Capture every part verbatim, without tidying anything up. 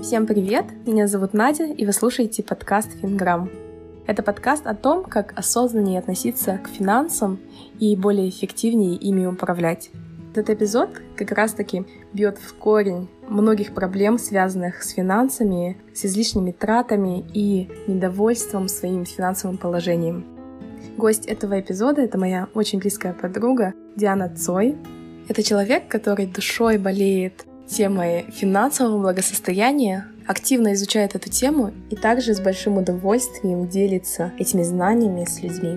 Всем привет! Меня зовут Надя, и вы слушаете подкаст «Финграм». Это подкаст о том, как осознаннее относиться к финансам и более эффективнее ими управлять. Этот эпизод как раз-таки бьет в корень многих проблем, связанных с финансами, с излишними тратами и недовольством своим финансовым положением. Гость этого эпизода — это моя очень близкая подруга Диана Цой. Это человек, который душой болеет темой финансового благосостояния, активно изучает эту тему и также с большим удовольствием делится этими знаниями с людьми.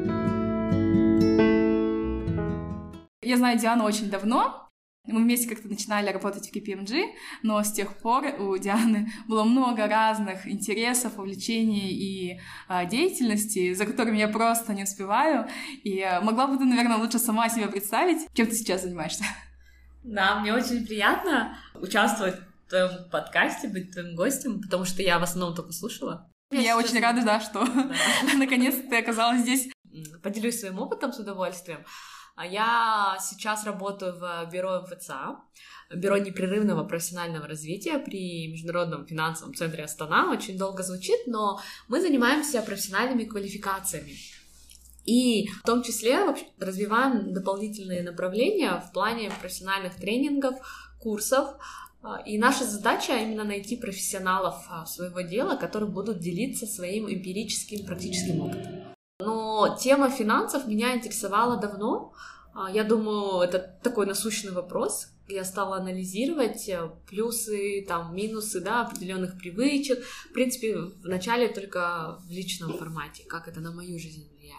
Я знаю Диану очень давно. Мы вместе как-то начинали работать в кей пи эм джи, но с тех пор у Дианы было много разных интересов, увлечений и а, деятельности, за которыми я просто не успеваю. И а, могла бы ты, наверное, лучше сама себя представить, чем ты сейчас занимаешься? Да, мне очень приятно участвовать в твоем подкасте, быть твоим гостем, потому что я в основном только слушала. Я, я очень рада, да, что да. наконец-то ты оказалась здесь. Поделюсь своим опытом с удовольствием. Я сейчас работаю в бюро эм эф цэ а, бюро непрерывного профессионального развития при Международном финансовом центре Астана. Очень долго звучит, но мы занимаемся профессиональными квалификациями. И в том числе развиваем дополнительные направления в плане профессиональных тренингов, курсов. И наша задача именно найти профессионалов своего дела, которые будут делиться своим эмпирическим практическим опытом. Но тема финансов меня интересовала давно. Я думаю, это такой насущный вопрос. Я стала анализировать плюсы, там, минусы, да, определенных привычек. В принципе, вначале только в личном формате, как это на мою жизнь влияет.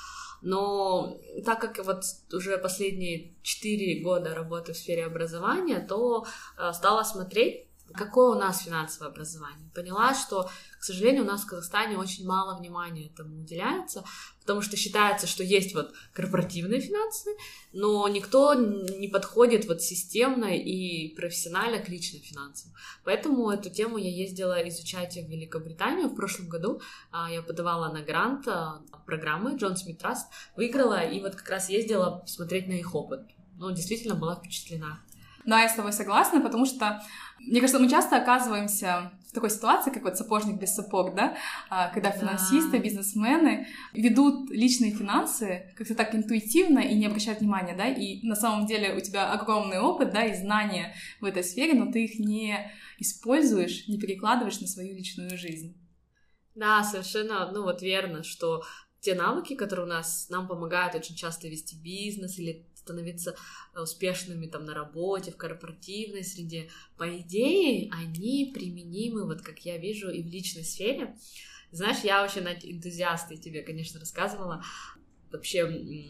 Но так как вот уже последние четыре года работаю в сфере образования, то стала смотреть, какое у нас финансовое образование. Поняла, что, к сожалению, у нас в Казахстане очень мало внимания этому уделяется, потому что считается, что есть вот корпоративные финансы, но никто не подходит вот системно и профессионально к личным финансам. Поэтому эту тему я ездила изучать в Великобританию в прошлом году. Я подавала на грант программы John Smith Trust, выиграла и вот как раз ездила посмотреть на их опыт. Ну, действительно была впечатлена. Да, я с тобой согласна, потому что, мне кажется, мы часто оказываемся в такой ситуации, как вот сапожник без сапог, да, когда финансисты, бизнесмены ведут личные финансы как-то так интуитивно и не обращают внимания, да, и на самом деле у тебя огромный опыт, да, и знания в этой сфере, но ты их не используешь, не перекладываешь на свою личную жизнь. Да, совершенно, ну вот верно, что те навыки, которые у нас, нам помогают очень часто вести бизнес или становиться успешными там на работе, в корпоративной среде, по идее, они применимы, вот как я вижу, и в личной сфере. Знаешь, я вообще на энтузиасты тебе, конечно, рассказывала вообще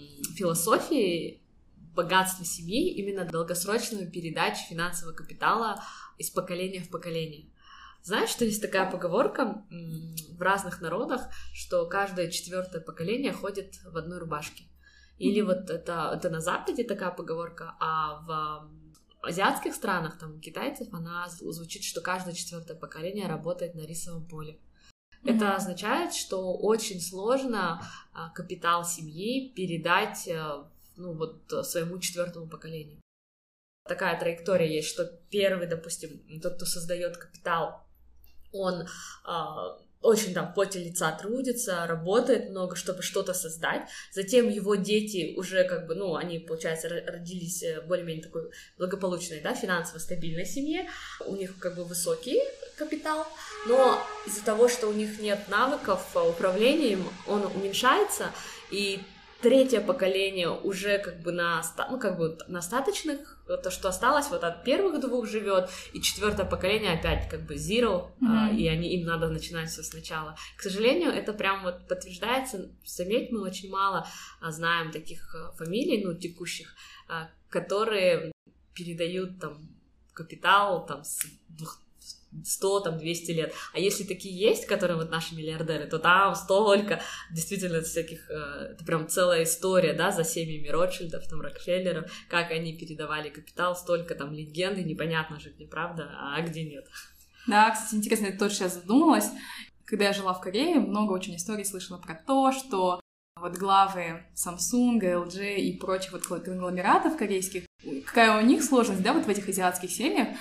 философии богатства семьи, именно долгосрочную передачу финансового капитала из поколения в поколение. Знаешь, что есть такая поговорка в разных народах, что каждое четвертое поколение ходит в одной рубашке. Или mm-hmm. вот это, это на Западе такая поговорка, а в азиатских странах, там у китайцев, она звучит, что каждое четвертое поколение работает на рисовом поле. Mm-hmm. Это означает, что очень сложно а, капитал семьи передать а, ну, вот, своему четвертому поколению. Такая траектория есть, что первый, допустим, тот, кто создает капитал, он а, очень там в поте лица трудится, работает много, чтобы что-то создать. Затем его дети уже как бы, ну, они, получается, родились более-менее такой благополучной, да, финансово стабильной семье. У них как бы высокий капитал, но из-за того, что у них нет навыков управления им, он уменьшается, и третье поколение уже как бы на, ну, как бы на остаточных, то, что осталось, вот от первых двух живет, и четвертое поколение опять как бы zero, mm-hmm. а, и они, им надо начинать все сначала. К сожалению, это прям вот подтверждается. Заметь, мы очень мало а, знаем таких а, фамилий, ну, текущих, а, которые передают там капитал там с двух сто, там, двести лет. А если такие есть, которые вот наши миллиардеры, то там столько, действительно, всяких, это прям целая история, да, за семьями Ротшильдов, там, Рокфеллеров, как они передавали капитал, столько там легенды, непонятно же, где правда, а где нет. Да, кстати, интересно, я тоже сейчас задумалась. Когда я жила в Корее, много очень историй слышала про то, что вот главы Samsung, эл джи и прочих вот конгломератов корейских, какая у них сложность, да, вот в этих азиатских семьях, в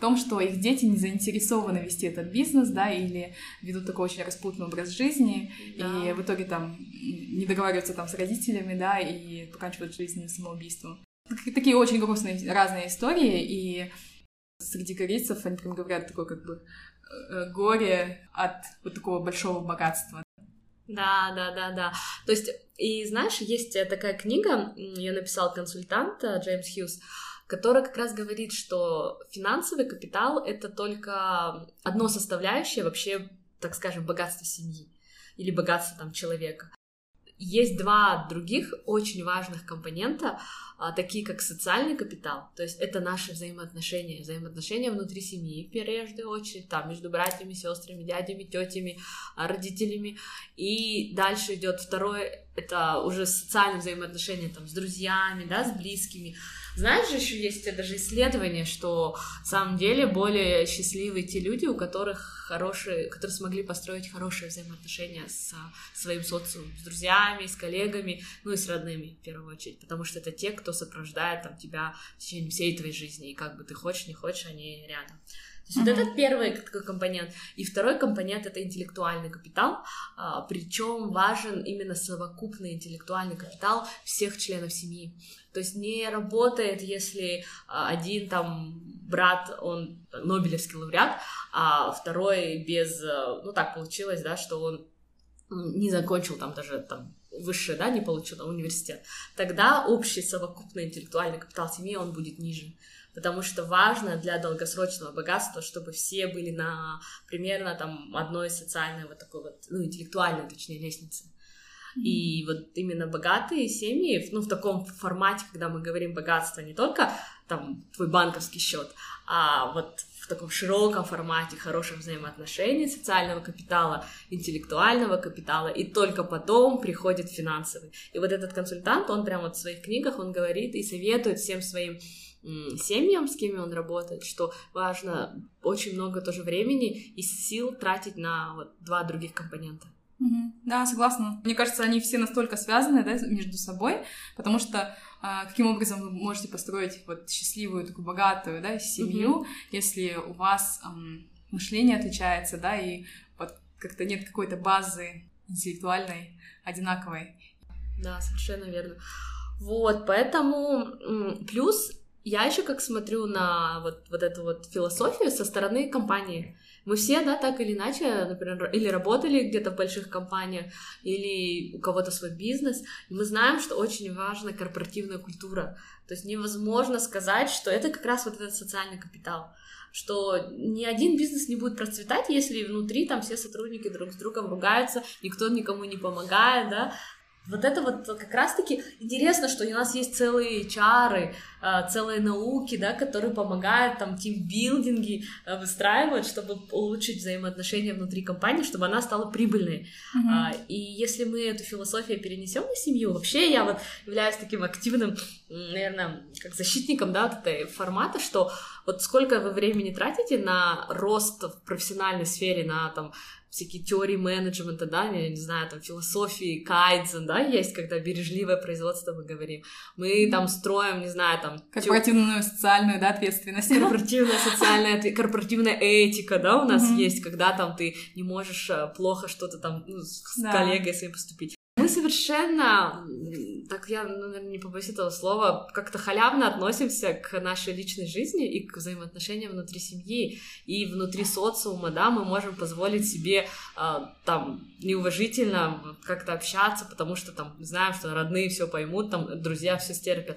том, что их дети не заинтересованы вести этот бизнес, да, или ведут такой очень распутный образ жизни, да. И в итоге там не договариваются там с родителями, да, и поканчивают жизнь самоубийством. Такие очень грустные разные истории, и среди корейцев они прям говорят такое как бы горе от вот такого большого богатства. Да, да, да, да. То есть, и знаешь, есть такая книга, ее написал консультант Джеймс Хьюз, которая как раз говорит, что финансовый капитал — это только одно составляющее вообще, так скажем, богатства семьи или богатства там человека. Есть два других очень важных компонента, такие как социальный капитал, то есть это наши взаимоотношения, взаимоотношения внутри семьи, в первую очередь, там, между братьями, сестрами, дядями, тетями, родителями, и дальше идет второе, это уже социальные взаимоотношения там, с друзьями, да, с близкими. Знаешь, еще есть даже исследование, что на самом деле более счастливы те люди, у которых хорошие, которые смогли построить хорошие взаимоотношения с своим социумом, с друзьями, с коллегами, ну и с родными в первую очередь, потому что это те, кто сопровождает там, тебя в течение всей твоей жизни, и как бы ты хочешь, не хочешь, они рядом. То есть mm-hmm. вот этот первый такой компонент. И второй компонент — это интеллектуальный капитал, а, причем важен именно совокупный интеллектуальный капитал всех членов семьи. То есть не работает, если один там брат, он нобелевский лауреат, а второй без... Ну так получилось, да, что он не закончил там даже там высшее, да, не получил там университет. Тогда общий совокупный интеллектуальный капитал семьи, он будет ниже. Потому что важно для долгосрочного богатства, чтобы все были на примерно там одной социальной вот такой вот, ну, интеллектуальной, точнее, лестнице. Mm-hmm. И вот именно богатые семьи, ну, в таком формате, когда мы говорим богатство, не только там твой банковский счет, а вот в таком широком формате хороших взаимоотношений, социального капитала, интеллектуального капитала, и только потом приходит финансовый. И вот этот консультант, он прямо вот в своих книгах, он говорит и советует всем своим семьям, с кем он работает, что важно очень много тоже времени и сил тратить на вот два других компонента. Mm-hmm. Да, согласна. Мне кажется, они все настолько связаны, да, между собой, потому что а, каким образом вы можете построить вот счастливую, такую богатую, да, семью, mm-hmm. если у вас ам, мышление отличается, да, и вот как-то нет какой-то базы интеллектуальной одинаковой. Да, совершенно верно. Вот, поэтому плюс я еще как смотрю на вот, вот эту вот философию со стороны компании. Мы все, да, так или иначе, например, или работали где-то в больших компаниях, или у кого-то свой бизнес, и мы знаем, что очень важна корпоративная культура. То есть невозможно сказать, что это как раз вот этот социальный капитал, что ни один бизнес не будет процветать, если внутри там все сотрудники друг с другом ругаются, никто никому не помогает, да. Вот это вот как раз-таки интересно, что у нас есть целые эйч ар, целые науки, да, которые помогают там тимбилдинги выстраивать, чтобы улучшить взаимоотношения внутри компании, чтобы она стала прибыльной. Mm-hmm. И если мы эту философию перенесем на семью, вообще я вот являюсь таким активным, наверное, как защитником, да, вот этой формата, что вот сколько вы времени тратите на рост в профессиональной сфере, на там всякие теории менеджмента, да, я не знаю, там, философии, кайдзен, да, есть, когда бережливое производство мы говорим. Мы там строим, не знаю, там... Корпоративную тё... социальную, да, ответственность. Корпоративная социальная, корпоративная этика, да, у нас mm-hmm. есть, когда там ты не можешь плохо что-то там ну, с да. коллегой своим поступить. Мы совершенно, так я, наверное, не побоюсь этого слова, как-то халявно относимся к нашей личной жизни и к взаимоотношениям внутри семьи и внутри социума, да, мы можем позволить себе там неуважительно как-то общаться, потому что там знаем, что родные все поймут, там друзья все стерпят,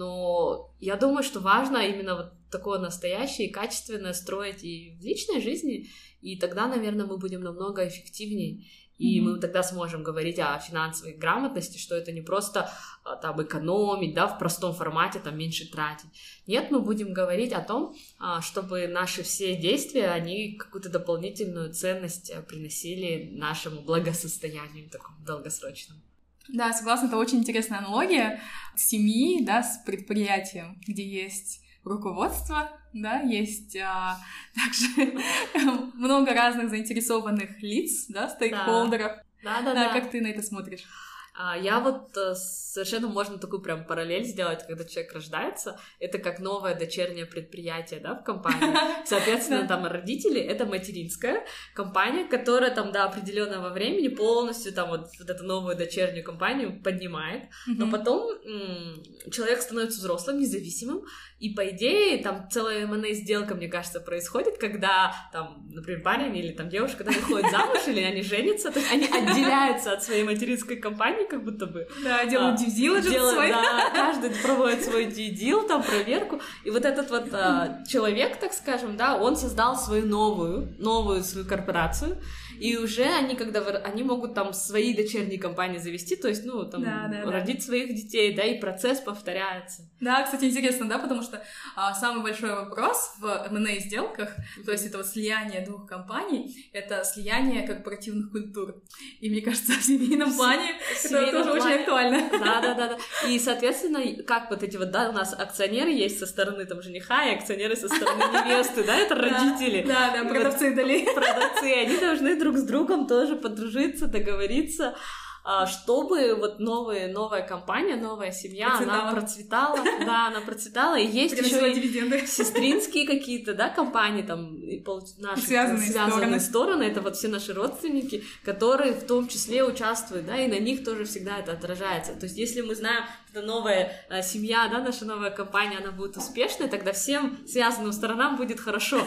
но я думаю, что важно именно вот такое настоящее и качественное строить и в личной жизни, и тогда, наверное, мы будем намного эффективнее. И mm-hmm. мы тогда сможем говорить о финансовой грамотности, что это не просто там экономить, да, в простом формате, там меньше тратить. Нет, мы будем говорить о том, чтобы наши все действия, они какую-то дополнительную ценность приносили нашему благосостоянию такому долгосрочному. Да, согласна, это очень интересная аналогия семьи, да, с предприятием, где есть руководство, да, есть а, также много разных заинтересованных лиц, да, стейкхолдеров. Да, да, да. да, да. Как ты на это смотришь? Я вот совершенно можно такую прям параллель сделать, когда человек рождается, это как новое дочернее предприятие, да, в компании. Соответственно, там родители — это материнская компания, которая там до определенного времени полностью там вот, вот эту новую дочернюю компанию поднимает, но потом м- человек становится взрослым, независимым, и по идее там целая эм энд эй-сделка, мне кажется, происходит, когда там, например, парень или там девушка, да, выходит замуж или они женятся, то есть они отделяются от своей материнской компании, как будто бы. Да, делают due diligence свой. Да, каждый проводит свой due deal, там, проверку. И вот этот вот а, человек, так скажем, да, он создал свою новую, новую свою корпорацию, и уже они, когда вы, они могут там свои дочерние компании завести, то есть, ну, там, да, да, родить да. своих детей, да, и процесс повторяется. Да, кстати, интересно, да, потому что а, самый большой вопрос в эм энд эй-сделках, mm-hmm. то есть это вот слияние двух компаний, это слияние корпоративных культур. И мне кажется, в семейном плане это тоже очень актуально. Да, да, да, да. И, соответственно, как вот эти вот, да, у нас акционеры есть со стороны там жениха, и акционеры со стороны невесты, да, это родители. Да, да, продавцы долей. Продавцы, они должны друг с другом тоже подружиться, договориться, чтобы вот новые, новая компания, новая семья, процветала. Она процветала, да, она процветала, и есть еще и сестринские какие-то, да, компании, там, наши связанные, связанные стороны. стороны, это вот все наши родственники, которые в том числе участвуют, да, и на них тоже всегда это отражается. То есть, если мы знаем, что новая семья, да, наша новая компания, она будет успешной, тогда всем связанным сторонам будет хорошо.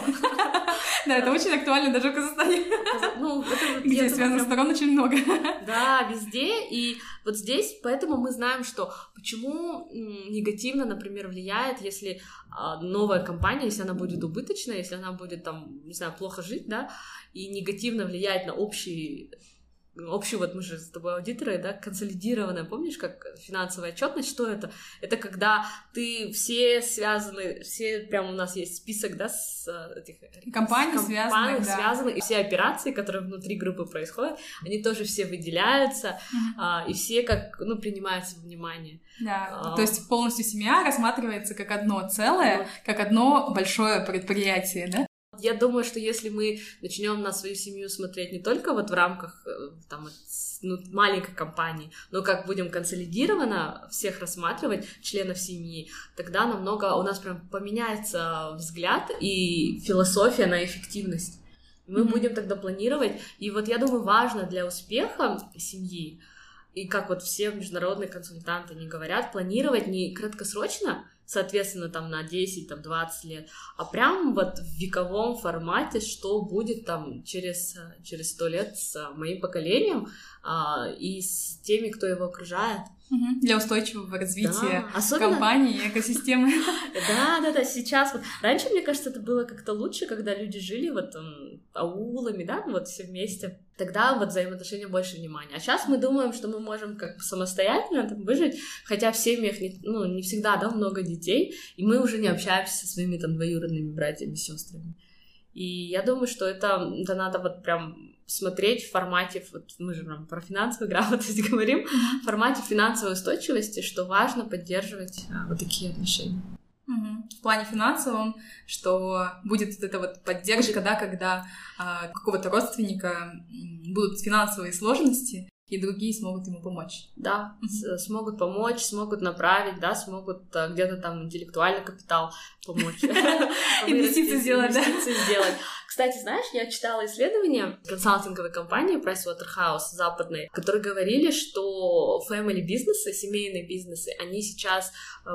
Да, это очень актуально даже в Казахстане. Ну, где связанных сторон очень много. Да, везде, и вот здесь, поэтому мы знаем, что почему негативно, например, влияет, если новая компания, если она будет убыточная, если она будет там, не знаю, плохо жить, да, и негативно влияет на общий общую, вот мы же с тобой аудиторы, да, консолидированная, помнишь, как финансовая отчетность, что это? Это когда ты все связаны, все, прям у нас есть список, да, с этих компаний, с связаны, да. связаны, и все операции, которые внутри группы происходят, они тоже все выделяются, mm-hmm. а, и все как, ну, принимаются во внимание. Да, а, то есть полностью семья рассматривается как одно целое, вот. Как одно большое предприятие, да? Я думаю, что если мы начнем на свою семью смотреть не только вот в рамках там, ну, маленькой компании, но как будем консолидированно всех рассматривать, членов семьи, тогда намного у нас прям поменяется взгляд и философия на эффективность. Мы mm-hmm. будем тогда планировать, и вот я думаю, важно для успеха семьи, и как вот все международные консультанты не говорят, планировать не краткосрочно, соответственно, там на десять, там, двадцать лет, а прям вот в вековом формате, что будет там через, через сто лет с моим поколением а, и с теми, кто его окружает. Угу. Для устойчивого развития да, особенно... компании и экосистемы. Да, да, да, сейчас вот. Раньше, мне кажется, это было как-то лучше, когда люди жили вот там аулами, да, вот все вместе. Тогда вот взаимоотношения больше внимания. А сейчас мы думаем, что мы можем как бы самостоятельно там выжить, хотя в семьях не, ну, не всегда, да, много детей, и мы уже не общаемся со своими там двоюродными братьями, сестрами. И я думаю, что это, это надо вот прям смотреть в формате, вот мы же прям про финансовую грамотность говорим, mm-hmm. в формате финансовой устойчивости, что важно поддерживать а, вот такие отношения. Mm-hmm. В плане финансовом, что будет вот эта вот поддержка, да, когда а, какого-то родственника будут финансовые сложности, и другие смогут ему помочь. Да, mm-hmm. с- смогут помочь, смогут направить, да, смогут а, где-то там интеллектуальный капитал помочь. Инвестиции сделать, да. Инвестиции сделать. Кстати, знаешь, я читала исследования консалтинговой компании Pricewaterhouse западной, которые говорили, что family бизнесы, семейные бизнесы, они сейчас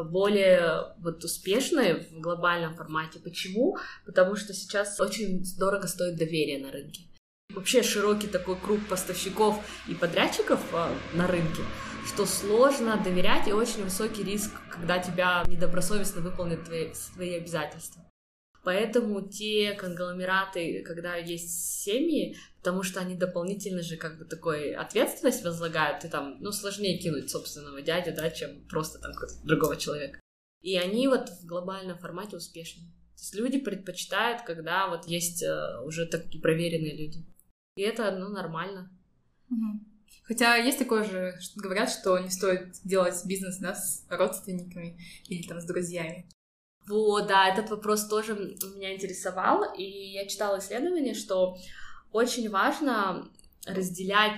более вот успешны в глобальном формате. Почему? Потому что сейчас очень дорого стоит доверие на рынке. Вообще широкий такой круг поставщиков и подрядчиков на рынке, что сложно доверять и очень высокий риск, когда тебя недобросовестно выполнят твои, твои обязательства. Поэтому те конгломераты, когда есть семьи, потому что они дополнительно же как бы такой ответственность возлагают, и там, ну, сложнее кинуть собственного дядю, да, чем просто там другого человека. И они вот в глобальном формате успешны. То есть люди предпочитают, когда вот есть уже такие проверенные люди. И это, ну, нормально. Угу. Хотя есть такое же, что говорят, что не стоит делать бизнес, да, с родственниками или там с друзьями. Вот, да, этот вопрос тоже меня интересовал, и я читала исследование, что очень важно разделять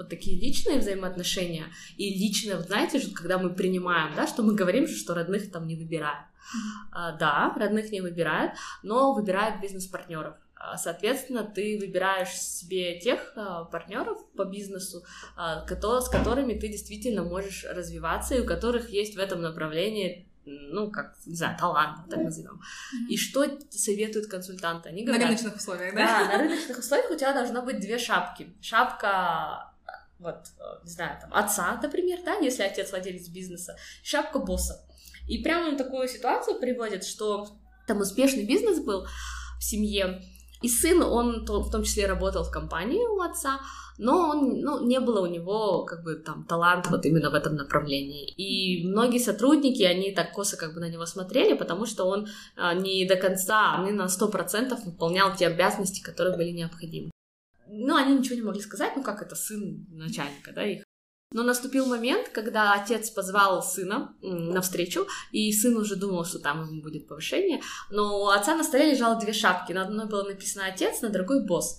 вот такие личные взаимоотношения и личное, вот знаете же, когда мы принимаем, да, что мы говорим же, что родных там не выбираем. Mm-hmm. А, да, родных не выбирают, но выбирают бизнес-партнеров. Соответственно, ты выбираешь себе тех а, партнеров по бизнесу, а, которые, с которыми ты действительно можешь развиваться и у которых есть в этом направлении, ну, как, не знаю, талант, так назовем. Mm-hmm. И что советуют консультанты? Они говорят, на рыночных условиях, да? Да, на рыночных условиях у тебя должно быть две шапки. Шапка, вот, не знаю, там, отца, например, да, если отец владелец бизнеса, шапка босса. И прямо он такую ситуацию приводит, что там успешный бизнес был в семье, и сын, он в том числе работал в компании у отца, но он, ну, не было у него как бы там таланта вот именно в этом направлении. И многие сотрудники, они так косо как бы на него смотрели, потому что он а, не до конца, не на сто процентов выполнял те обязанности, которые были необходимы. Ну, они ничего не могли сказать, ну как это, сын начальника, да, их. Но наступил момент, когда отец позвал сына навстречу, и сын уже думал, что там ему будет повышение, но у отца на столе лежало две шапки, на одной было написано «отец», на другой «босс».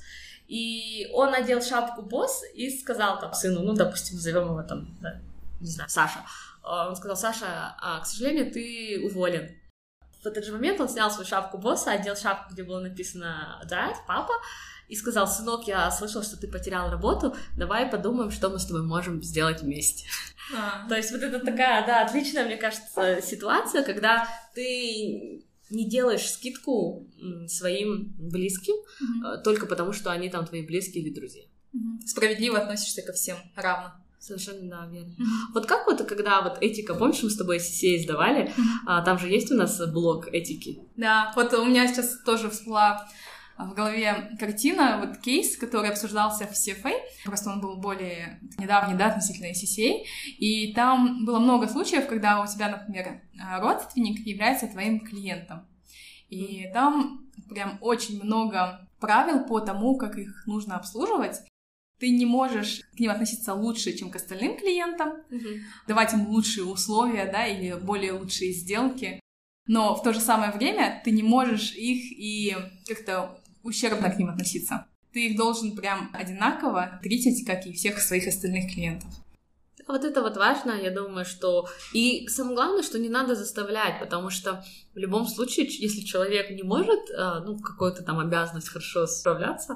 И он надел шапку «босс» и сказал там сыну, ну, допустим, назовем его там, да, не знаю, Саша. Он сказал: «Саша, к сожалению, ты уволен». В этот же момент он снял свою шапку босса, одел шапку, где было написано «Dad», «папа», и сказал: «Сынок, я слышал, что ты потерял работу, давай подумаем, что мы с тобой можем сделать вместе». А. То есть вот это такая, да, отличная, мне кажется, ситуация, когда ты не делаешь скидку своим близким mm-hmm. только потому, что они там твои близкие или друзья. Mm-hmm. Справедливо относишься ко всем равно. Совершенно, да, верно. Mm-hmm. Вот как вот, когда вот этика, помнишь, мы с тобой си си эй сдавали, mm-hmm. а, там же есть у нас блок этики. Да, вот у меня сейчас тоже всплыла в голове картина, вот кейс, который обсуждался в си эф эй, просто он был более недавний, да, относительно си си эй, и там было много случаев, когда у тебя, например, родственник является твоим клиентом, и там прям очень много правил по тому, как их нужно обслуживать. Ты не можешь к ним относиться лучше, чем к остальным клиентам, mm-hmm. давать им лучшие условия, да, или более лучшие сделки, но в то же самое время ты не можешь их и как-то ущербно к ним относиться. Ты их должен прям одинаково тритить, как и всех своих остальных клиентов. Вот это вот важно, я думаю, что... И самое главное, что не надо заставлять, потому что в любом случае, если человек не может, ну, в какую-то там обязанность хорошо справляться,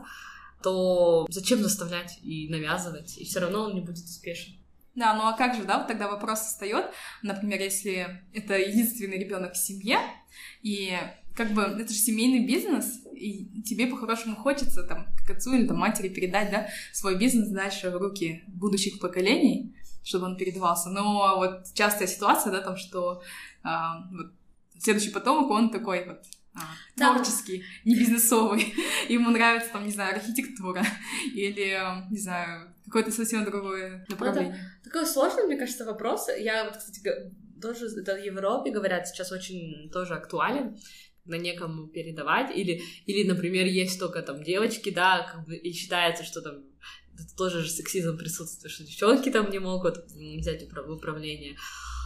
то зачем заставлять и навязывать, и все равно он не будет успешен. Да, ну а как же, да, вот тогда вопрос встает, например, если это единственный ребенок в семье, и как бы это же семейный бизнес, и тебе по-хорошему хочется там к отцу или там матери передать, да, свой бизнес дальше в руки будущих поколений, чтобы он передавался. Но вот частая ситуация, да, там, что а, вот, следующий потомок, он такой вот а, творческий, не бизнесовый, ему нравится там, не знаю, архитектура или, не знаю, какое-то совсем другое направление. Это такой сложный, мне кажется, вопрос. Я вот, кстати, тоже это в Европе, говорят, сейчас очень тоже актуален, на некому передавать, или, или, например, есть только там девочки, да, как бы, и считается, что там это тоже же сексизм присутствует, что девчонки там не могут взять управление.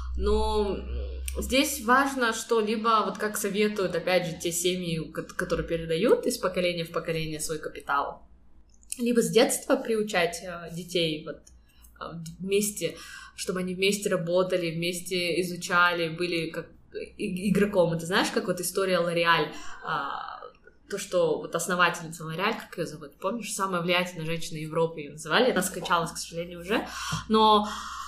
Но здесь важно, что либо, вот как советуют, опять же, те семьи, которые передают из поколения в поколение свой капитал, либо с детства приучать детей вот вместе, чтобы они вместе работали, вместе изучали, были как игроком. Это знаешь, как вот история Лореаль, а, то, что вот основательница Лореаль, как ее зовут, помнишь, самая влиятельная женщина Европы ее называли, она скончалась, к сожалению, уже, но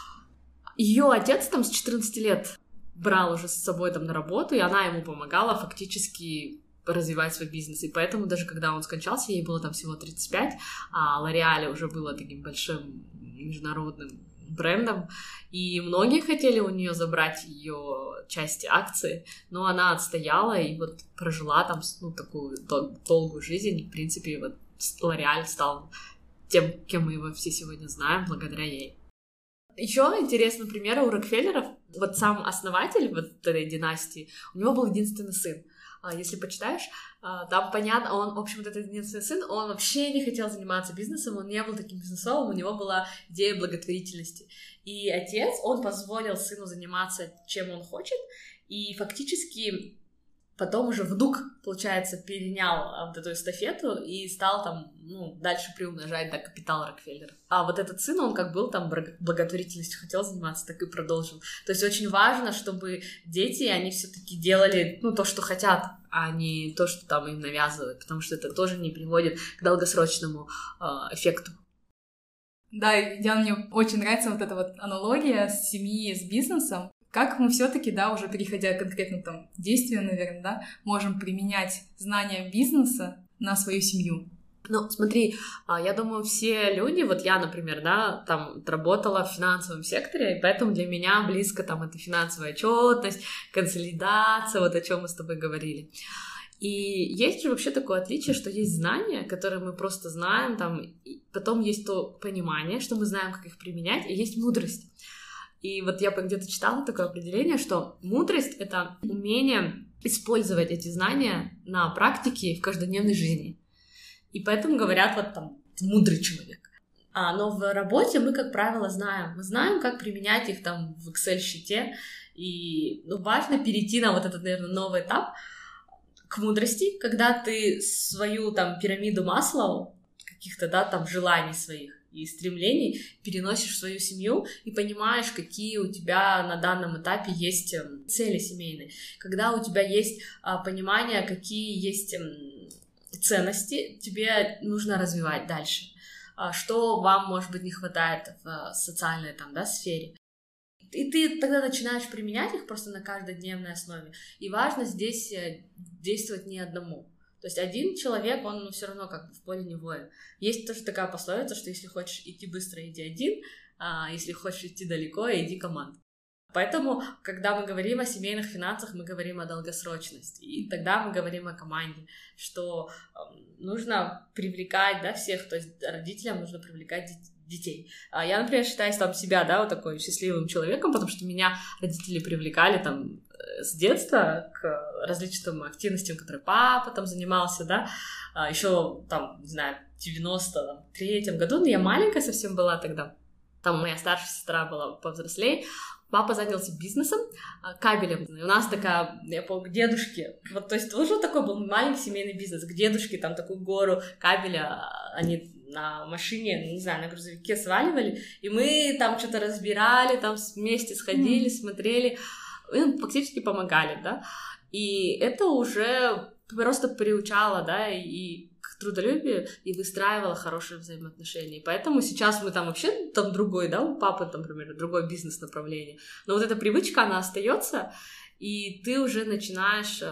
ее отец там с четырнадцати лет брал уже с собой там на работу, и она ему помогала фактически развивать свой бизнес, и поэтому даже когда он скончался, ей было там всего тридцать пять, а Лореаль уже было таким большим международным брендом, и многие хотели у нее забрать ее части акций, но она отстояла и вот прожила там, ну, такую дол- долгую жизнь. В принципе, вот Лореаль стал тем, кем мы его все сегодня знаем, благодаря ей. Еще интересный пример у Рокфеллеров. Вот сам основатель вот этой династии, у него был единственный сын. Если почитаешь, там понятно, он, в общем, вот этот единственный сын, он вообще не хотел заниматься бизнесом, он не был таким бизнесовым, у него была идея благотворительности. И отец, он позволил сыну заниматься, чем он хочет, и фактически Потом уже внук, получается, перенял вот эту эстафету и стал там, ну, дальше приумножать, да, капитал Рокфеллера. А вот этот сын, он как был там благотворительностью хотел заниматься, так и продолжил. То есть очень важно, чтобы дети, они все-таки делали, ну, то, что хотят, а не то, что там им навязывают, потому что это тоже не приводит к долгосрочному э, эффекту. Да, Диана, мне очень нравится вот эта вот аналогия с семьи, с бизнесом. Как мы все-таки, да, уже переходя к конкретным там действиям, наверное, да, можем применять знания бизнеса на свою семью? Ну, смотри, я думаю, все люди, вот я, например, да, там работала в финансовом секторе, и поэтому для меня близко там эта финансовая отчетность, консолидация, вот о чем мы с тобой говорили. И есть же вообще такое отличие, что есть знания, которые мы просто знаем, там, и потом есть то понимание, что мы знаем, как их применять, и есть мудрость. И вот я где-то читала такое определение, что мудрость — это умение использовать эти знания на практике в каждодневной жизни. И поэтому говорят вот там «мудрый человек». А, но в работе мы, как правило, знаем. Мы знаем, как применять их там в Excel-щите. И ну, важно перейти на вот этот, наверное, новый этап к мудрости, когда ты свою там пирамиду Маслоу, каких-то, да, там желаний своих и стремлений переносишь в свою семью и понимаешь, какие у тебя на данном этапе есть цели семейные. Когда у тебя есть а, понимание, какие есть м, ценности, тебе нужно развивать дальше. А, что вам, может быть, не хватает в а, социальной там, да, сфере. И ты тогда начинаешь применять их просто на каждодневной основе. И важно здесь действовать не одному. То есть один человек, он ну, все равно как бы в поле не воин. Есть тоже такая пословица, что если хочешь идти быстро, иди один, а если хочешь идти далеко, иди командой. Поэтому, когда мы говорим о семейных финансах, мы говорим о долгосрочности. И тогда мы говорим о команде, что э, нужно привлекать, да, всех, то есть родителям нужно привлекать детей. А я, например, считаю там себя, да, вот такой счастливым человеком, потому что меня родители привлекали там с детства к различным активностям, которые папа там занимался, да, а еще там, не знаю, в девяносто третьем году, но я маленькая совсем была тогда, там моя старшая сестра была повзрослее, папа занялся бизнесом, кабелем. И у нас такая, я помню, к дедушке, вот, то есть тоже такой был маленький семейный бизнес, к дедушке там такую гору кабеля, они на машине, не знаю, на грузовике сваливали, и мы там что-то разбирали, там вместе сходили, mm-hmm. смотрели, и фактически помогали, да, и это уже просто приучало, да, и к трудолюбию, и выстраивало хорошие взаимоотношения, и поэтому сейчас мы там вообще, там другой, да, у папы, там, например, другое бизнес-направление, но вот эта привычка, она остается, и ты уже начинаешь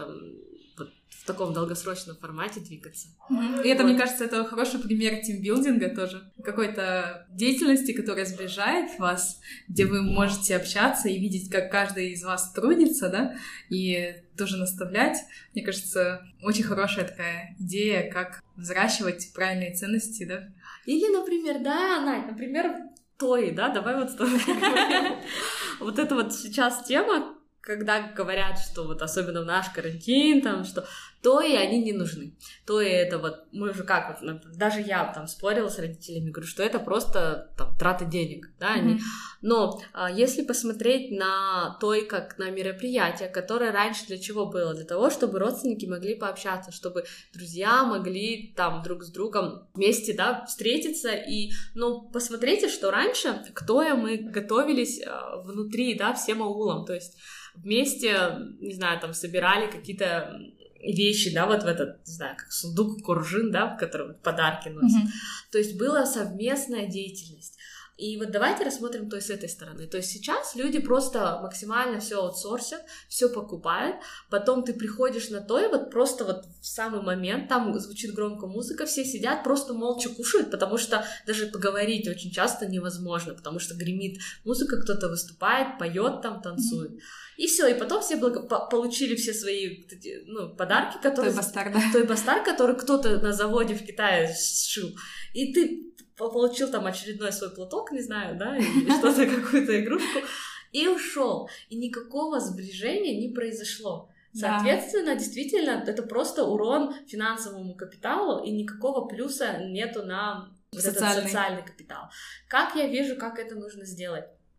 в таком долгосрочном формате двигаться. Mm-hmm. И это, вот. Мне кажется, это хороший пример тимбилдинга тоже. Какой-то деятельности, которая сближает вас, где вы можете общаться и видеть, как каждый из вас трудится, да, и тоже наставлять. Мне кажется, очень хорошая такая идея, как взращивать правильные ценности, да. Или, например, да, Надь, например, той, да, давай вот с тобой поговорим. Вот это вот сейчас тема, когда говорят, что вот особенно в наш карантин, там, что то и они не нужны. То и это вот, мы уже как вот, даже я там спорила с родителями, говорю, что это просто там трата денег, да, они... Mm-hmm. Но а, если посмотреть на то, и как на мероприятие, которое раньше для чего было? Для того, чтобы родственники могли пообщаться, чтобы друзья могли там друг с другом вместе, да, встретиться, и, ну, посмотрите, что раньше к Тое мы готовились а, внутри, да, всем аулом, то есть вместе, не знаю, там, собирали какие-то вещи, да, вот в этот, не знаю, как сундук куржин, да, в котором подарки носят. Mm-hmm. То есть была совместная деятельность. И вот давайте рассмотрим то и с этой стороны. То есть сейчас люди просто максимально все аутсорсят, все покупают, потом ты приходишь на то, и вот просто вот в самый момент, там звучит громко музыка, все сидят, просто молча кушают, потому что даже поговорить очень часто невозможно, потому что гремит музыка, кто-то выступает, поет там, танцует. И все, и потом все благо... получили все свои ну, подарки, которые... Той бастар, да. Той бастар, который кто-то на заводе в Китае сшил. И ты получил там очередной свой платок, не знаю, да, или что-то, какую-то игрушку, и ушел. И никакого сближения не произошло. Соответственно, да. Действительно, это просто урон финансовому капиталу, и никакого плюса нету на вот этот социальный капитал. Как я вижу, как это нужно сделать?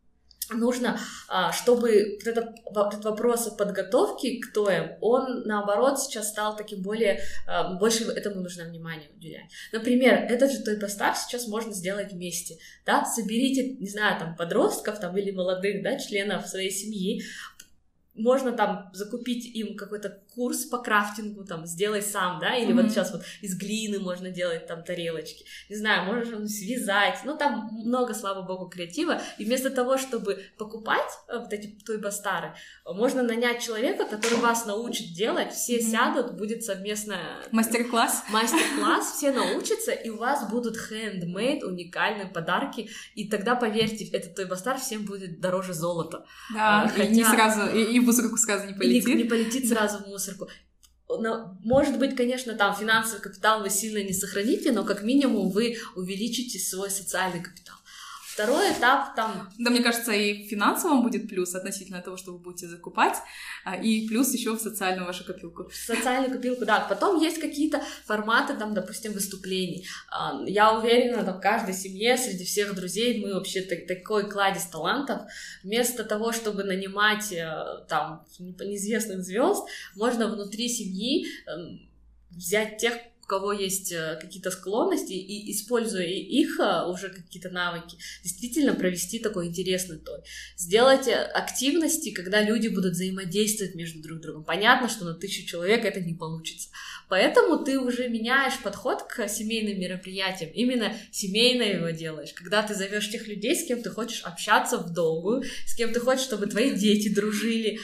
нужно, чтобы этот, этот вопрос подготовки к ТОЭМ, он, наоборот, сейчас стал таким более, больше этому нужно внимание уделять. Например, этот же TOEPASTAR сейчас можно сделать вместе, да, соберите, не знаю, там, подростков, там, или молодых, да, членов своей семьи, можно там закупить им какой-то курс по крафтингу, там, сделай сам, да, или mm-hmm. вот сейчас вот из глины можно делать там тарелочки, не знаю, можно связать, ну, там много, слава богу, креатива, и вместо того, чтобы покупать вот эти TOEPASTAR, можно нанять человека, который вас научит делать, все mm-hmm. сядут, будет совместно... Мастер-класс. Мастер-класс, все научатся, и у вас будут handmade, уникальные подарки, и тогда, поверьте, этот TOEPASTAR всем будет дороже золота. Да, хотя... и не сразу, и, и в мусорку сразу не полетит. Не, не полетит сразу в мусорку. Может быть, конечно, там финансовый капитал вы сильно не сохраните, но как минимум вы увеличите свой социальный капитал. Второй этап там... Да, мне кажется, и в финансовом будет плюс относительно того, что вы будете закупать, и плюс еще в социальную вашу копилку. В социальную копилку, да. Потом есть какие-то форматы, там, допустим, выступлений. Я уверена, там, в каждой семье, среди всех друзей мы вообще такой кладезь талантов. Вместо того, чтобы нанимать там неизвестных звезд, можно внутри семьи взять тех, у кого есть какие-то склонности, и, используя их уже какие-то навыки, действительно провести такой интересный той. Сделать активности, когда люди будут взаимодействовать между друг другом. Понятно, что на тысячу человек это не получится. Поэтому ты уже меняешь подход к семейным мероприятиям. Именно семейно его делаешь. Когда ты зовешь тех людей, с кем ты хочешь общаться в долгую, с кем ты хочешь, чтобы твои дети дружили,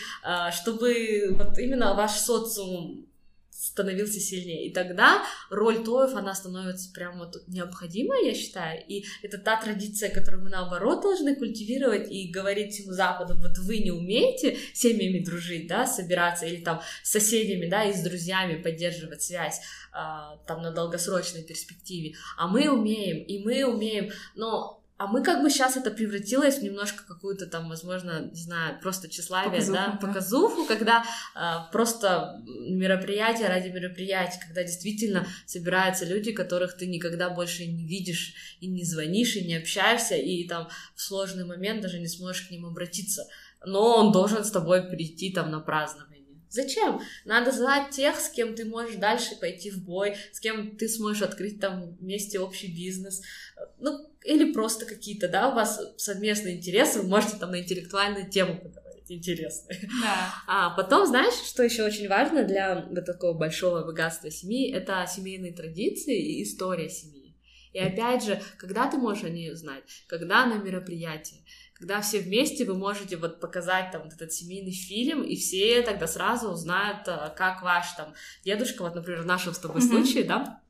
чтобы вот именно ваш социум становился сильнее. И тогда роль ТОЭФ, она становится прям вот необходимой, я считаю. И это та традиция, которую мы, наоборот, должны культивировать и говорить всему Западу: вот вы не умеете с семьями дружить, да, собираться, или там с соседями, да, и с друзьями поддерживать связь а, там на долгосрочной перспективе. А мы умеем, и мы умеем, но... А мы как бы сейчас это превратилось в немножко какую-то там, возможно, не знаю, просто тщеславие, показуху, да, да, показуху, когда а, просто мероприятие ради мероприятия, когда действительно собираются люди, которых ты никогда больше не видишь и не звонишь, и не общаешься, и там в сложный момент даже не сможешь к ним обратиться. Но он должен с тобой прийти там на празднование. Зачем? Надо звать тех, с кем ты можешь дальше пойти в бой, с кем ты сможешь открыть там вместе общий бизнес, ну, или просто какие-то, да, у вас совместные интересы, вы можете там на интеллектуальную тему поговорить, интересные. Да. А потом, знаешь, что еще очень важно для вот такого большого богатства семьи, это семейные традиции и история семьи. И опять же, когда ты можешь о ней узнать? Когда на мероприятии. Когда все вместе вы можете вот показать там вот этот семейный фильм, и все тогда сразу узнают, как ваш там дедушка, вот, например, в нашем с тобой mm-hmm. случае, да,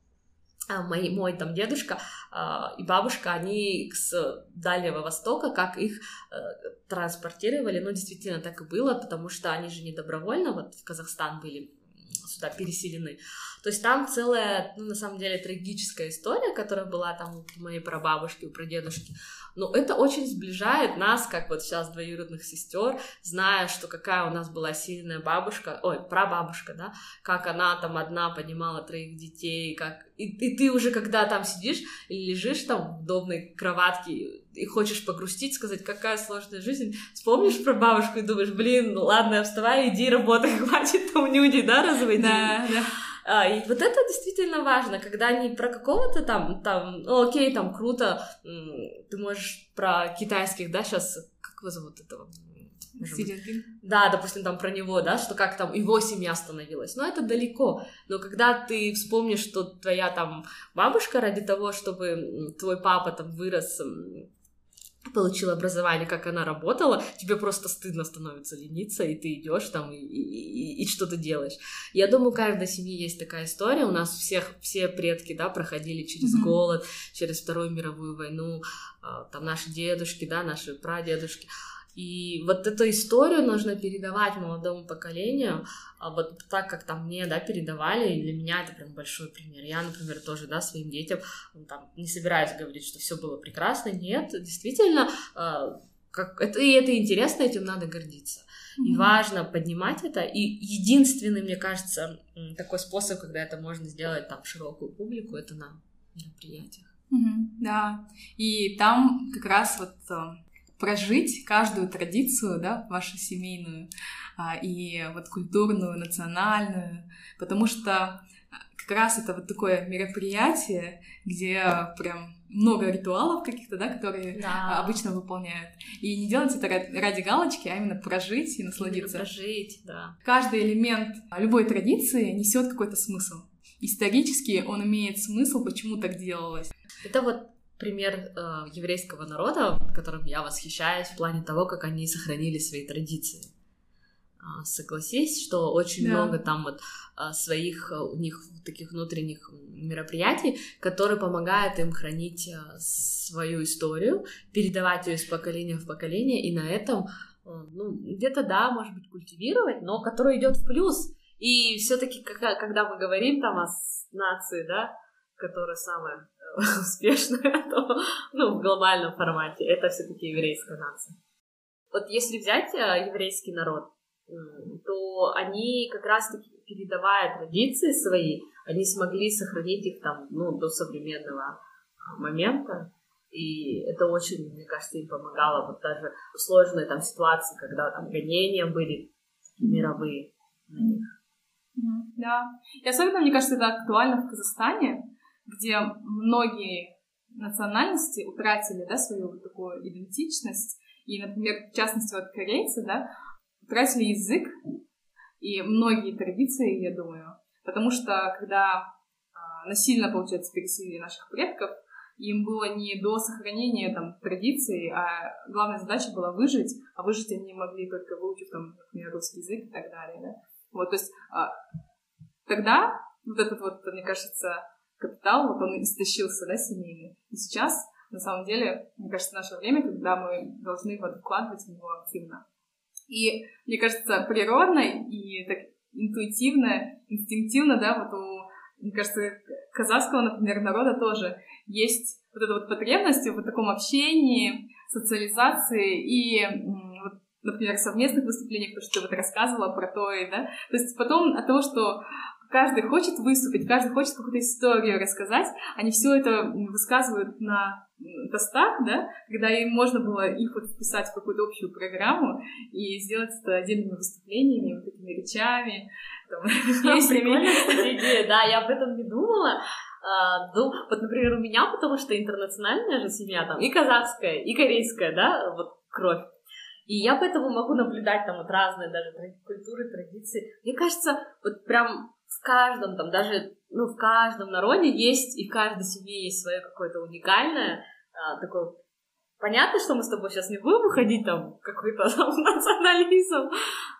мой, мой там дедушка и бабушка, они с Дальнего Востока, как их транспортировали, ну, действительно так и было, потому что они же не добровольно вот в Казахстан были сюда переселены. То есть там целая, ну, на самом деле, трагическая история, которая была там у моей прабабушки, у прадедушки. Но это очень сближает нас, как вот сейчас двоюродных сестер, зная, что какая у нас была сильная бабушка, ой, прабабушка, да, как она там одна поднимала троих детей, как... И, и ты уже, когда там сидишь или лежишь там в удобной кроватке и хочешь погрустить, сказать, какая сложная жизнь, вспомнишь про бабушку и думаешь, блин, ну ладно, вставай, иди работай, хватит там нюди, да, разводи. Да, да. А, и вот это действительно важно, когда не про какого-то там, там, ну окей, там круто, ты можешь про китайских, да, сейчас, как его зовут этого? Си Цзиньпин. Да, допустим, там про него, да, что как там его семья становилась, но это далеко, но когда ты вспомнишь, что твоя там бабушка ради того, чтобы твой папа там вырос, получил образование, как она работала, тебе просто стыдно становится лениться, и ты идешь там и, и, и что-то делаешь. Я думаю, у каждой семьи есть такая история. У нас всех, все предки, да, проходили через mm-hmm. голод, через Вторую мировую войну, там наши дедушки, да, наши прадедушки. И вот эту историю нужно передавать молодому поколению, вот так, как там мне, да, передавали, и для меня это прям большой пример. Я, например, тоже, да, своим детям там, не собираюсь говорить, что все было прекрасно, нет, действительно, как, это, и это интересно, этим надо гордиться. Mm-hmm. И важно поднимать это, и единственный, мне кажется, такой способ, когда это можно сделать там широкую публику, это на мероприятиях. Mm-hmm. Да, и там как раз вот... прожить каждую традицию, да, вашу семейную, и вот культурную, национальную, потому что как раз это вот такое мероприятие, где прям много ритуалов каких-то, да, которые да. обычно выполняют. И не делать это ради галочки, а именно прожить и насладиться. Именно прожить, да. Каждый элемент любой традиции несет какой-то смысл. Исторически он имеет смысл, почему так делалось. Это вот пример э, еврейского народа, которым я восхищаюсь в плане того, как они сохранили свои традиции. Э, согласись, что очень да. много там вот э, своих э, у них таких внутренних мероприятий, которые помогают им хранить э, свою историю, передавать ее из поколения в поколение, и на этом, э, ну, где-то, да, может быть, культивировать, но который идет в плюс. И все-таки, когда мы говорим там о нации, да, которая самая успешная, то, ну, в глобальном формате, это все-таки еврейская нация. Вот если взять еврейский народ, то они как раз-таки, передавая традиции свои, они смогли сохранить их там, ну, до современного момента. И это очень, мне кажется, им помогало вот даже в сложной там ситуации, когда там гонения были мировые на них. Да. И особенно, мне кажется, это актуально в Казахстане, где многие национальности утратили, да, свою вот такую идентичность. И, например, в частности, вот корейцы, да, утратили язык и многие традиции, я думаю. Потому что, когда а, насильно, получается, переселили наших предков, им было не до сохранения там традиций, а главная задача была выжить, а выжить они могли только выучив, там, например, русский язык и так далее, да. Вот, то есть а, тогда вот этот вот, мне кажется, капитал, вот он истощился, да, семейный. И сейчас, на самом деле, мне кажется, наше время, когда мы должны вот вкладывать в него активно. И, мне кажется, природно и так интуитивно, инстинктивно, да, вот у, мне кажется, казахского, например, народа тоже есть вот эта вот потребность в вот таком общении, социализации и вот, например, совместных выступлениях, то, что ты вот рассказывала про то, и, да, то есть потом от того, что каждый хочет выступить, каждый хочет какую-то историю рассказать, они все это высказывают на тостах, да, когда им можно было их вот вписать в какую-то общую программу и сделать это отдельными выступлениями, вот такими речами, там, песнями. Идея, да, я об этом не думала. А, ну, вот, например, у меня, потому что интернациональная же семья, там, и казахская, и корейская, да, вот, кровь. И я поэтому могу наблюдать там вот разные даже культуры, традиции. Мне кажется, вот прям в каждом там, даже, ну, в каждом народе есть, и в каждой семье есть свое какое-то уникальное, а, такое... Понятно, что мы с тобой сейчас не будем уходить там в какой-то там национализм,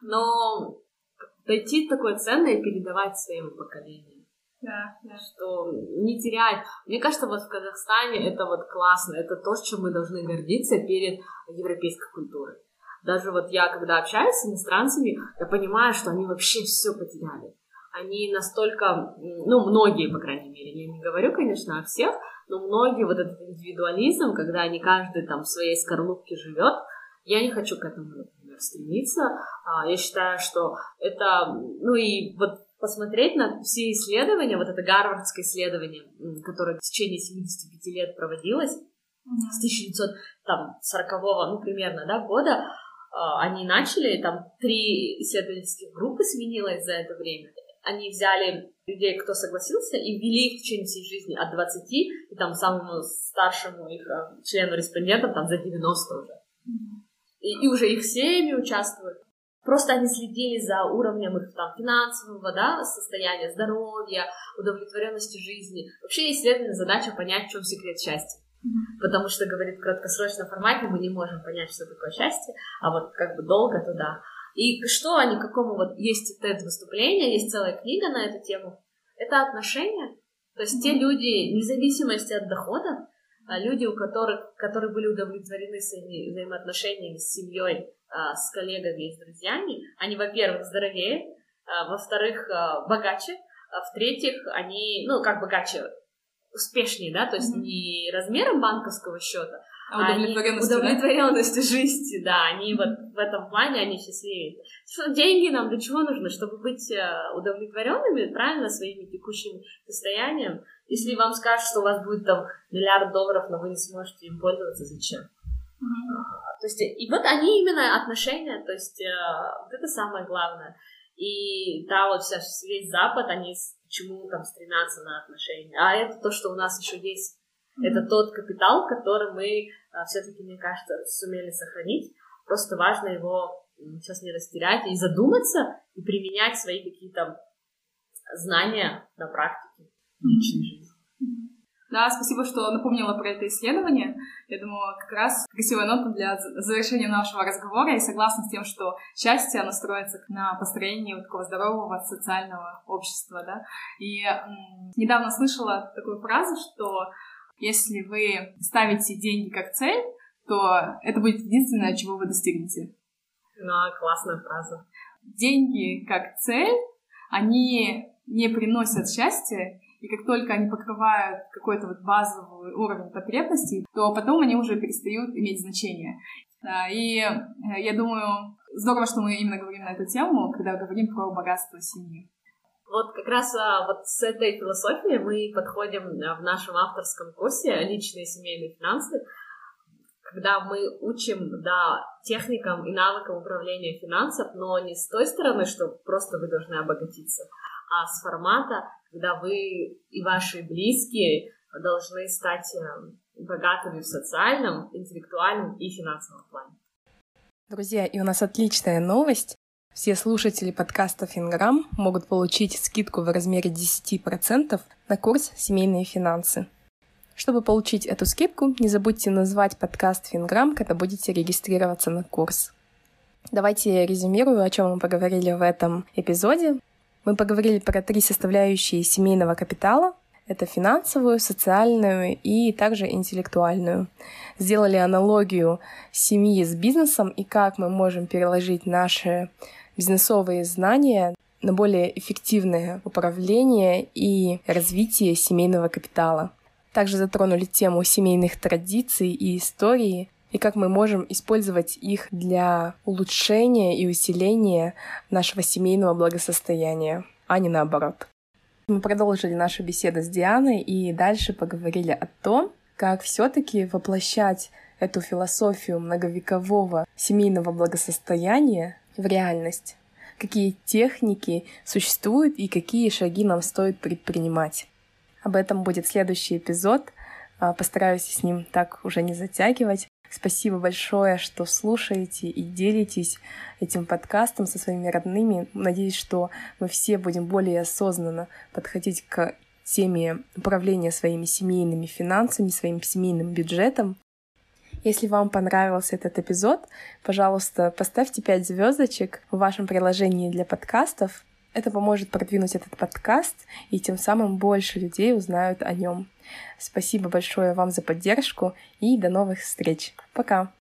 но дойти такое ценное и передавать своему поколению. Да, да. Что не терять. Мне кажется, вот в Казахстане это вот классно, это то, с чем мы должны гордиться перед европейской культурой. Даже вот я, когда общаюсь с иностранцами, я понимаю, что они вообще все потеряли. Они настолько, ну, многие, по крайней мере, я не говорю, конечно, о всех, но многие вот этот индивидуализм, когда они каждый там в своей скорлупке живет, я не хочу к этому, например, стремиться. Я считаю, что это, ну и вот посмотреть на все исследования, вот это гарвардское исследование, которое в течение семидесяти пяти лет проводилось, mm-hmm. с тысяча девятьсот сорокового, ну, примерно, да, года, они начали, там, три исследовательских группы сменилось за это время. Они взяли людей, кто согласился, и ввели их в течение всей жизни от двадцати, и там самому старшему их члену респондентам там за девяносто уже. Mm-hmm. И, и уже их семьи участвуют. Просто они следили за уровнем их там финансового, да, состояния, здоровья, удовлетворенности жизни. Вообще исследовательная задача понять, в чем секрет счастья. Mm-hmm. Потому что, говорит, в краткосрочном формате мы не можем понять, что такое счастье, а вот как бы долго туда. И что они, какому вот есть TED-выступление, есть целая книга на эту тему. Это отношения. То есть mm-hmm. те люди, вне зависимости от дохода, люди, у которых, которые были удовлетворены своими взаимоотношениями с семьей, с коллегами и с друзьями, они, во-первых, здоровее, во-вторых, богаче, в-третьих, они, ну, как богаче, успешнее, да, то есть mm-hmm. не размером банковского счета, а удовлетворенностью, удовлетворенностью да? жизни, да, они вот в этом плане, они счастливее. Что деньги нам для чего нужны? Чтобы быть удовлетворенными, правильно, своими текущим состоянием. Если вам скажут, что у вас будет там миллиард долларов, но вы не сможете им пользоваться, зачем? Mm-hmm. То есть, и вот они именно отношения, то есть, вот это самое главное. И да, вот вся, весь Запад, они к чему там стремятся на отношения. А это то, что у нас еще есть. Mm-hmm. Это тот капитал, который мы все-таки, мне кажется, сумели сохранить. Просто важно его сейчас не растерять и задуматься, и применять свои какие-то знания на практике в личной жизни. Да, спасибо, что напомнила про это исследование. Я думаю, как раз красивая нота для завершения нашего разговора. Я согласна с тем, что счастье, оно строится на построении вот такого здорового социального общества, да. И м- недавно слышала такую фразу, что если вы ставите деньги как цель, то это будет единственное, чего вы достигнете. Ну, классная фраза. Деньги как цель, они не приносят счастья, и как только они покрывают какой-то вот базовый уровень потребностей, то потом они уже перестают иметь значение. Да, и я думаю, здорово, что мы именно говорим на эту тему, когда говорим про богатство семьи. Вот как раз а, вот с этой философией мы подходим в нашем авторском курсе «Личные семейные финансы», когда мы учим, да, техникам и навыкам управления финансов, но не с той стороны, что просто вы должны обогатиться, а с формата, когда вы и ваши близкие должны стать богатыми в социальном, интеллектуальном и финансовом плане. Друзья, и у нас отличная новость. Все слушатели подкаста «Финграм» могут получить скидку в размере десять процентов на курс «Семейные финансы». Чтобы получить эту скидку, не забудьте назвать подкаст «Финграм», когда будете регистрироваться на курс. Давайте я резюмирую, о чем мы поговорили в этом эпизоде. Мы поговорили про три составляющие семейного капитала. Это финансовую, социальную и также интеллектуальную. Сделали аналогию семьи с бизнесом и как мы можем переложить наши бизнесовые знания на более эффективное управление и развитие семейного капитала. Также затронули тему семейных традиций и истории, и как мы можем использовать их для улучшения и усиления нашего семейного благосостояния, а не наоборот. Мы продолжили нашу беседу с Дианой и дальше поговорили о том, как все-таки воплощать эту философию многовекового семейного благосостояния в реальность, какие техники существуют и какие шаги нам стоит предпринимать. Об этом будет следующий эпизод. Постараюсь с ним так уже не затягивать. Спасибо большое, что слушаете и делитесь этим подкастом со своими родными. Надеюсь, что мы все будем более осознанно подходить к теме управления своими семейными финансами, своим семейным бюджетом. Если вам понравился этот эпизод, пожалуйста, поставьте пять звездочек в вашем приложении для подкастов. Это поможет продвинуть этот подкаст, и тем самым больше людей узнают о нем. Спасибо большое вам за поддержку, и до новых встреч. Пока!